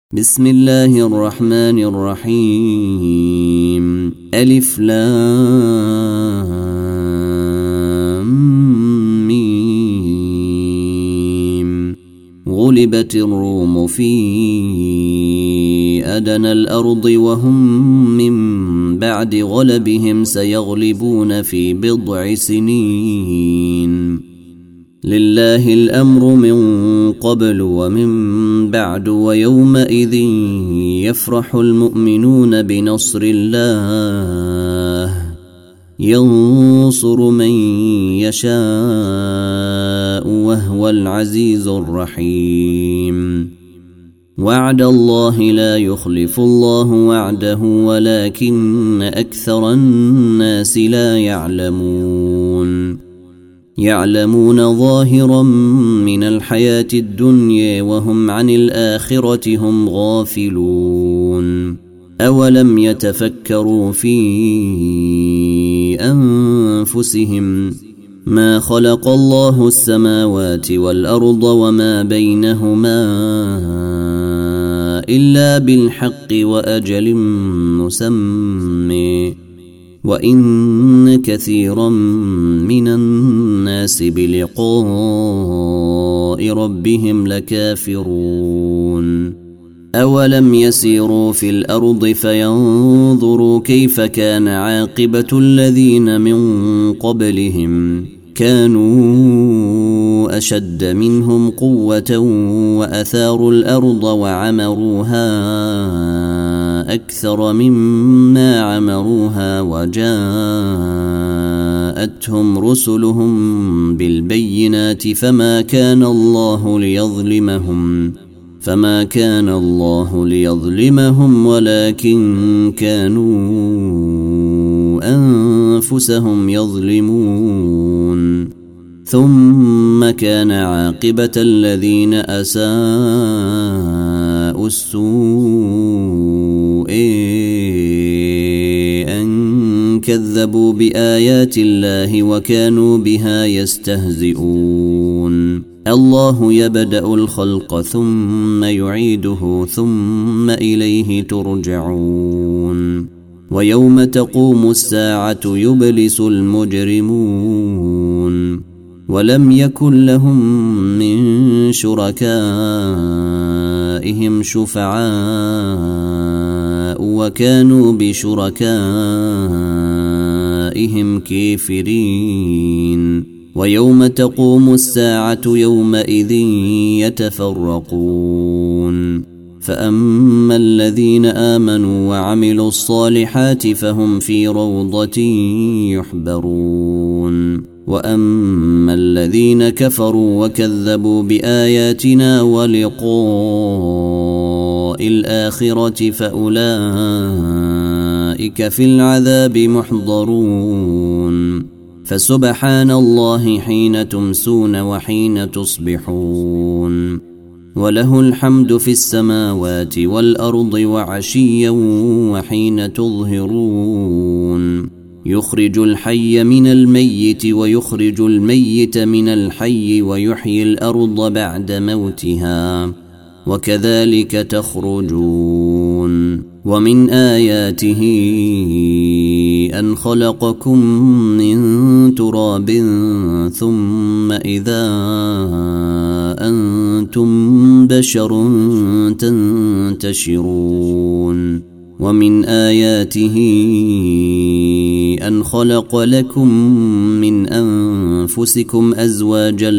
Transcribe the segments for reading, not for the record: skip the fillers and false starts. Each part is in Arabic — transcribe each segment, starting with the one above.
بسم الله الرحمن الرحيم ألف لام ميم غلبت الروم في أدنى الأرض وهم من بعد غلبهم سيغلبون في بضع سنين لله الأمر من قبل ومن بعد ويومئذ يفرح المؤمنون بنصر الله ينصر من يشاء وهو العزيز الرحيم وعد الله لا يخلف الله وعده ولكن أكثر الناس لا يعلمون ظاهرا من الحياة الدنيا وهم عن الآخرة هم غافلون أولم يتفكروا في أنفسهم ما خلق الله السماوات والأرض وما بينهما إلا بالحق وأجل مسمى وإن كثيرا من الناس بلقاء ربهم لكافرون أولم يسيروا في الأرض فينظروا كيف كان عاقبة الذين من قبلهم كانوا أشد منهم قوة وأثاروا الأرض وعمروها أكثر مما عمروها وجاءتهم رسلهم بالبينات فما كان الله ليظلمهم ولكن كانوا أنفسهم يظلمون ثم كان عاقبة الذين أساءوا السوء أن كذبوا بآيات الله وكانوا بها يستهزئون الله يبدأ الخلق ثم يعيده ثم إليه ترجعون ويوم تقوم الساعة يبلس المجرمون ولم يكن لهم من شركائهم شفعاء وكانوا بشركائهم كافرين ويوم تقوم الساعة يومئذ يتفرقون فأما الذين آمنوا وعملوا الصالحات فهم في روضة يحبرون وأما الذين كفروا وكذبوا بآياتنا ولقاء الآخرة فأولئك في العذاب محضرون فسبحان الله حين تمسون وحين تصبحون وله الحمد في السماوات والأرض وعشيا وحين تظهرون يخرج الحي من الميت ويخرج الميت من الحي ويحيي الأرض بعد موتها وكذلك تخرجون ومن آياته أن خلقكم من تراب ثم إذا أنتم بشر تنتشرون ومن آياته أن خلق لكم من أنفسكم أزواجا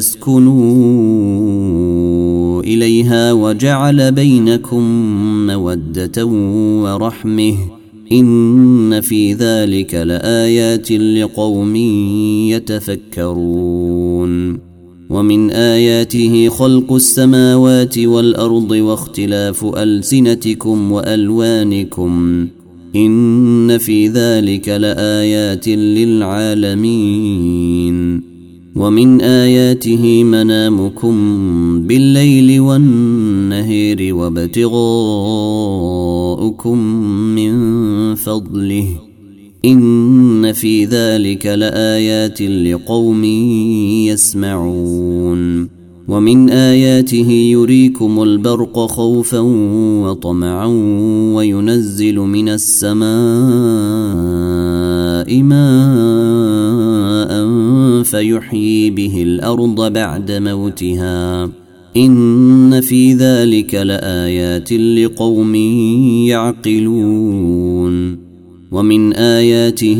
لتسكنوا إليها وجعل بينكم مودة ورحمة إن في ذلك لآيات لقوم يتفكرون ومن آياته خلق السماوات والأرض واختلاف ألسنتكم وألوانكم إن في ذلك لآيات للعالمين ومن آياته منامكم بالليل والنهار وابتغاؤكم من فضله إن في ذلك لآيات لقوم يسمعون ومن آياته يريكم البرق خوفا وطمعا وينزل من السماء ماء فيحيي به الأرض بعد موتها إن في ذلك لآيات لقوم يعقلون ومن آياته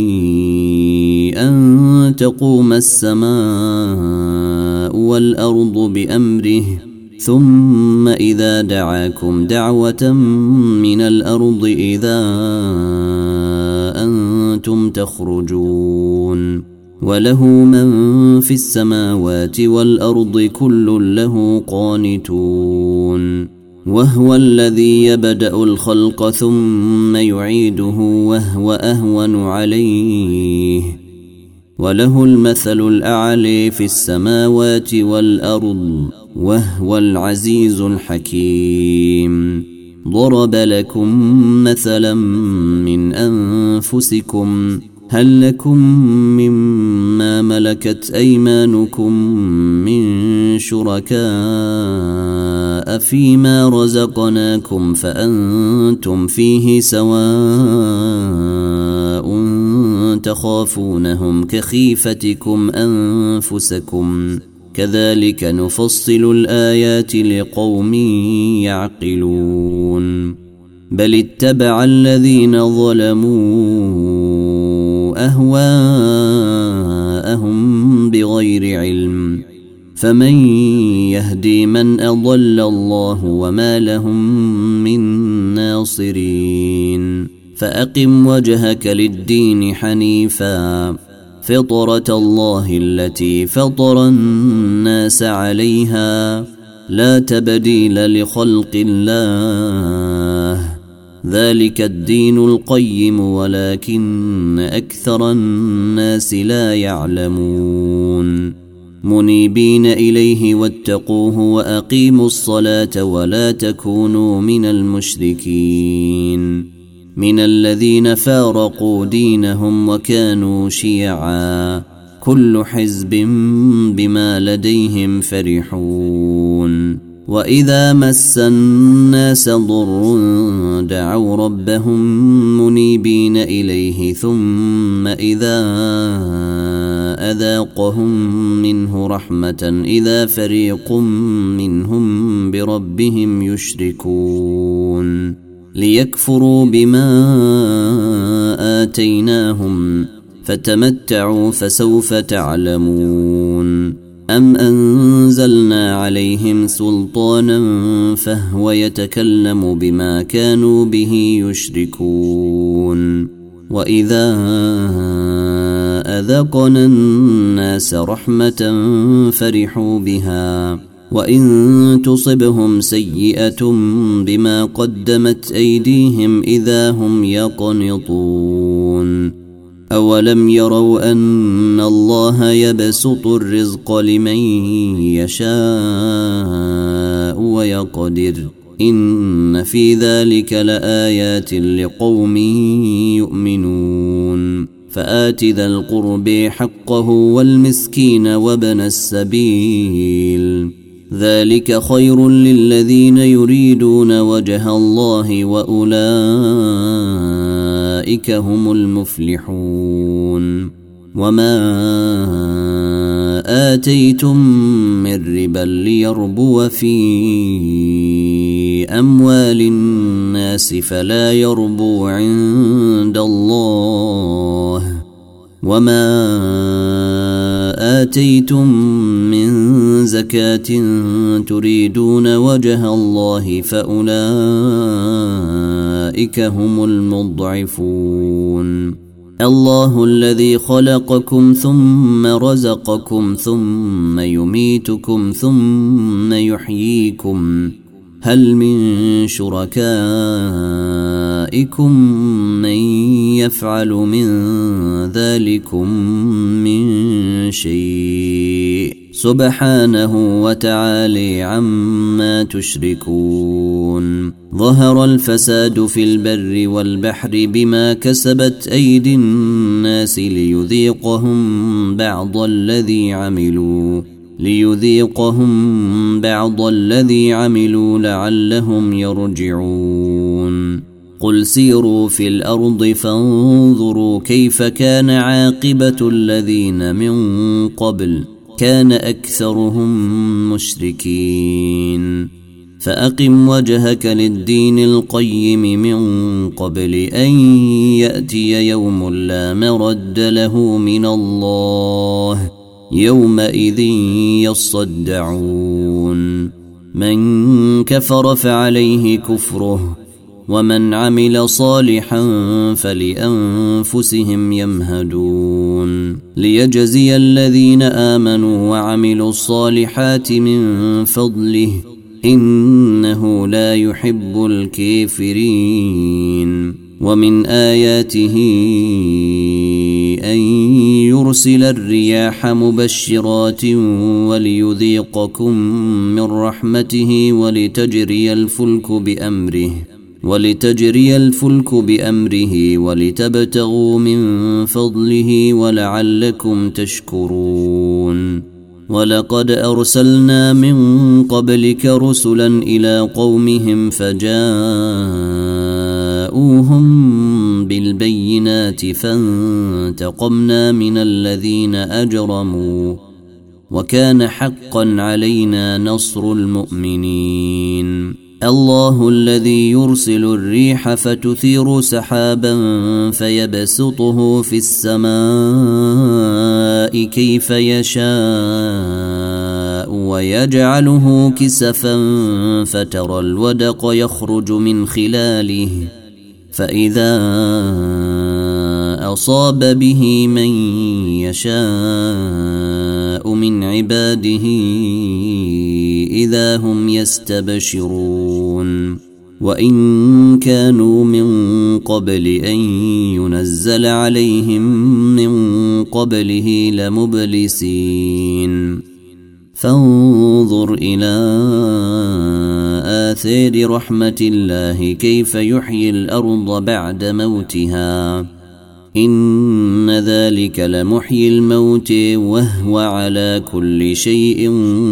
أن تقوم السماء والأرض بأمره ثم إذا دعاكم دعوة من الأرض إذا أنتم تخرجون وله من في السماوات والأرض كل له قانتون وهو الذي يبدأ الخلق ثم يعيده وهو أهون عليه وله المثل الأعلى في السماوات والأرض وهو العزيز الحكيم ضرب لكم مثلا من أنفسكم هل لكم مما ملكت أيمانكم من شركاء فيما رزقناكم فأنتم فيه سواء تخافونهم كخيفتكم أنفسكم كذلك نفصل الآيات لقوم يعقلون بل اتبع الذين ظلموا أهواءهم بغير علم فمن يهدي من أضل الله وما لهم من ناصرين فأقم وجهك للدين حنيفا فطرة الله التي فطر الناس عليها لا تبديل لخلق الله ذلك الدين القيم ولكن أكثر الناس لا يعلمون منيبين إليه واتقوه وأقيموا الصلاة ولا تكونوا من المشركين من الذين فارقوا دينهم وكانوا شيعا كل حزب بما لديهم فرحون وإذا مس الناس ضر دعوا ربهم منيبين إليه ثم إذا أذاقهم منه رحمة إذا فريق منهم بربهم يشركون ليكفروا بما آتيناهم فتمتعوا فسوف تعلمون أم أنزلنا عليهم سلطانا فهو يتكلم بما كانوا به يشركون وإذا أذقنا الناس رحمة فرحوا بها وإن تصبهم سيئة بما قدمت أيديهم إذا هم يقنطون أولم يروا أن الله يبسط الرزق لمن يشاء ويقدر إن في ذلك لآيات لقوم يؤمنون فآت ذا القرب حقه والمسكين وابن السبيل ذلك خير للذين يريدون وجه الله وأولئك هم المفلحون وما آتيتم من ربا ليربو في أموال الناس فلا يربو عند الله وما آتيتم من زكاة تريدون وجه الله فأولئك هم المضعفون الله الذي خلقكم ثم رزقكم ثم يميتكم ثم يحييكم هل من شركائكم من يفعل من ذلكم من شيء سبحانه وتعالى عما تشركون ظهر الفساد في البر والبحر بما كسبت أيدي الناس ليذيقهم بعض الذي عملوا ليذيقهم بعض الذي عملوا لعلهم يرجعون قل سيروا في الأرض فانظروا كيف كان عاقبة الذين من قبل كان أكثرهم مشركين فأقم وجهك للدين القيم من قبل أن يأتي يوم لا مرد له من الله يومئذ يصدعون من كفر فعليه كفره ومن عمل صالحا فلأنفسهم يمهدون ليجزي الذين آمنوا وعملوا الصالحات من فضله إنه لا يحب الكافرين ومن آياته أن يرسل الرياح مبشرات وليذيقكم من رحمته ولتجري الفلك بأمره ولتبتغوا من فضله ولعلكم تشكرون ولقد أرسلنا من قبلك رسلا إلى قومهم فجاءوهم بالبينات فانتقمنا من الذين أجرموا وكان حقا علينا نصر المؤمنين الله الذي يرسل الريح فتثير سحابا فيبسطه في السماء كيف يشاء ويجعله كسفا فترى الودق يخرج من خلاله فإذا أصاب به من يشاء من عباده إذا هم يستبشرون وإن كانوا من قبل أن ينزل عليهم من قبله لمبلسين فانظر إلى آثار رحمة الله كيف يحيي الأرض بعد موتها إن ذلك لمحيي الموت وهو على كل شيء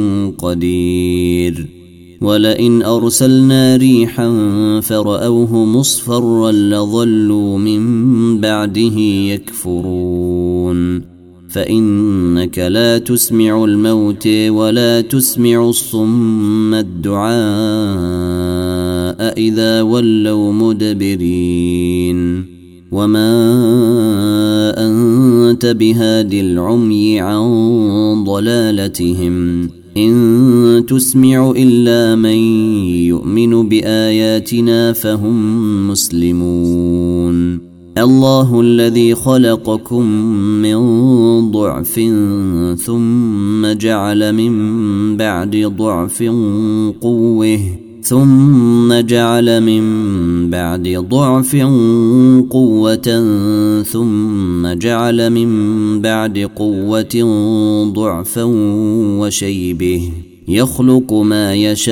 قدير ولئن أرسلنا ريحا فرأوه مصفرا لظلوا من بعده يكفرون فإنك لا تسمع الموت ولا تسمع الصم الدعاء إذا ولوا مدبرين وما أنت بهاد العمي عن ضلالتهم إن تسمع إلا من يؤمن بآياتنا فهم مسلمون الله الذي خلقكم من ضعف ثم جعل من بعد ضعف قوة ثم جعل من بعد ضعف قوة ثم جعل من بعد قوة ضعفا وشيبه يخلق ما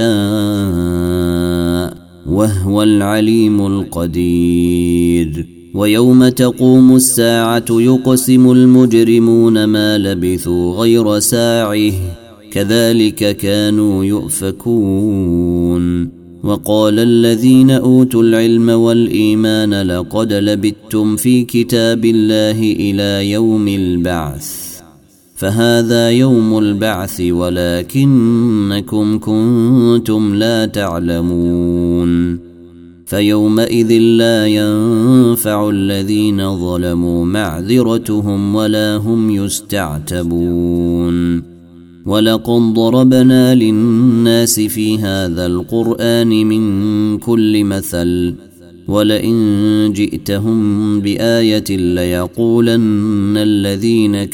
يشاء وهو العليم القدير ويوم تقوم الساعة يقسم المجرمون ما لبثوا غير ساعه كذلك كانوا يؤفكون وقال الذين أوتوا العلم والإيمان لقد لبثتم في كتاب الله إلى يوم البعث فهذا يوم البعث ولكنكم كنتم لا تعلمون فيومئذ لا ينفع الذين ظلموا معذرتهم ولا هم يستعتبون ولقد ضربنا للناس في هذا القرآن من كل مثل ولئن جئتهم بآية ليقولن الذين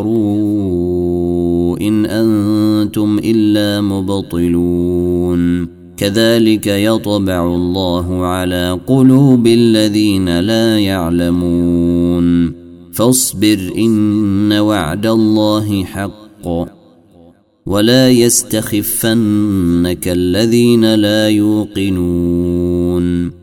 كفروا إن أنتم إلا مبطلون كذلك يطبع الله على قلوب الذين لا يعلمون فاصبر إن وعد الله حق ولا يستخفنك الذين لا يوقنون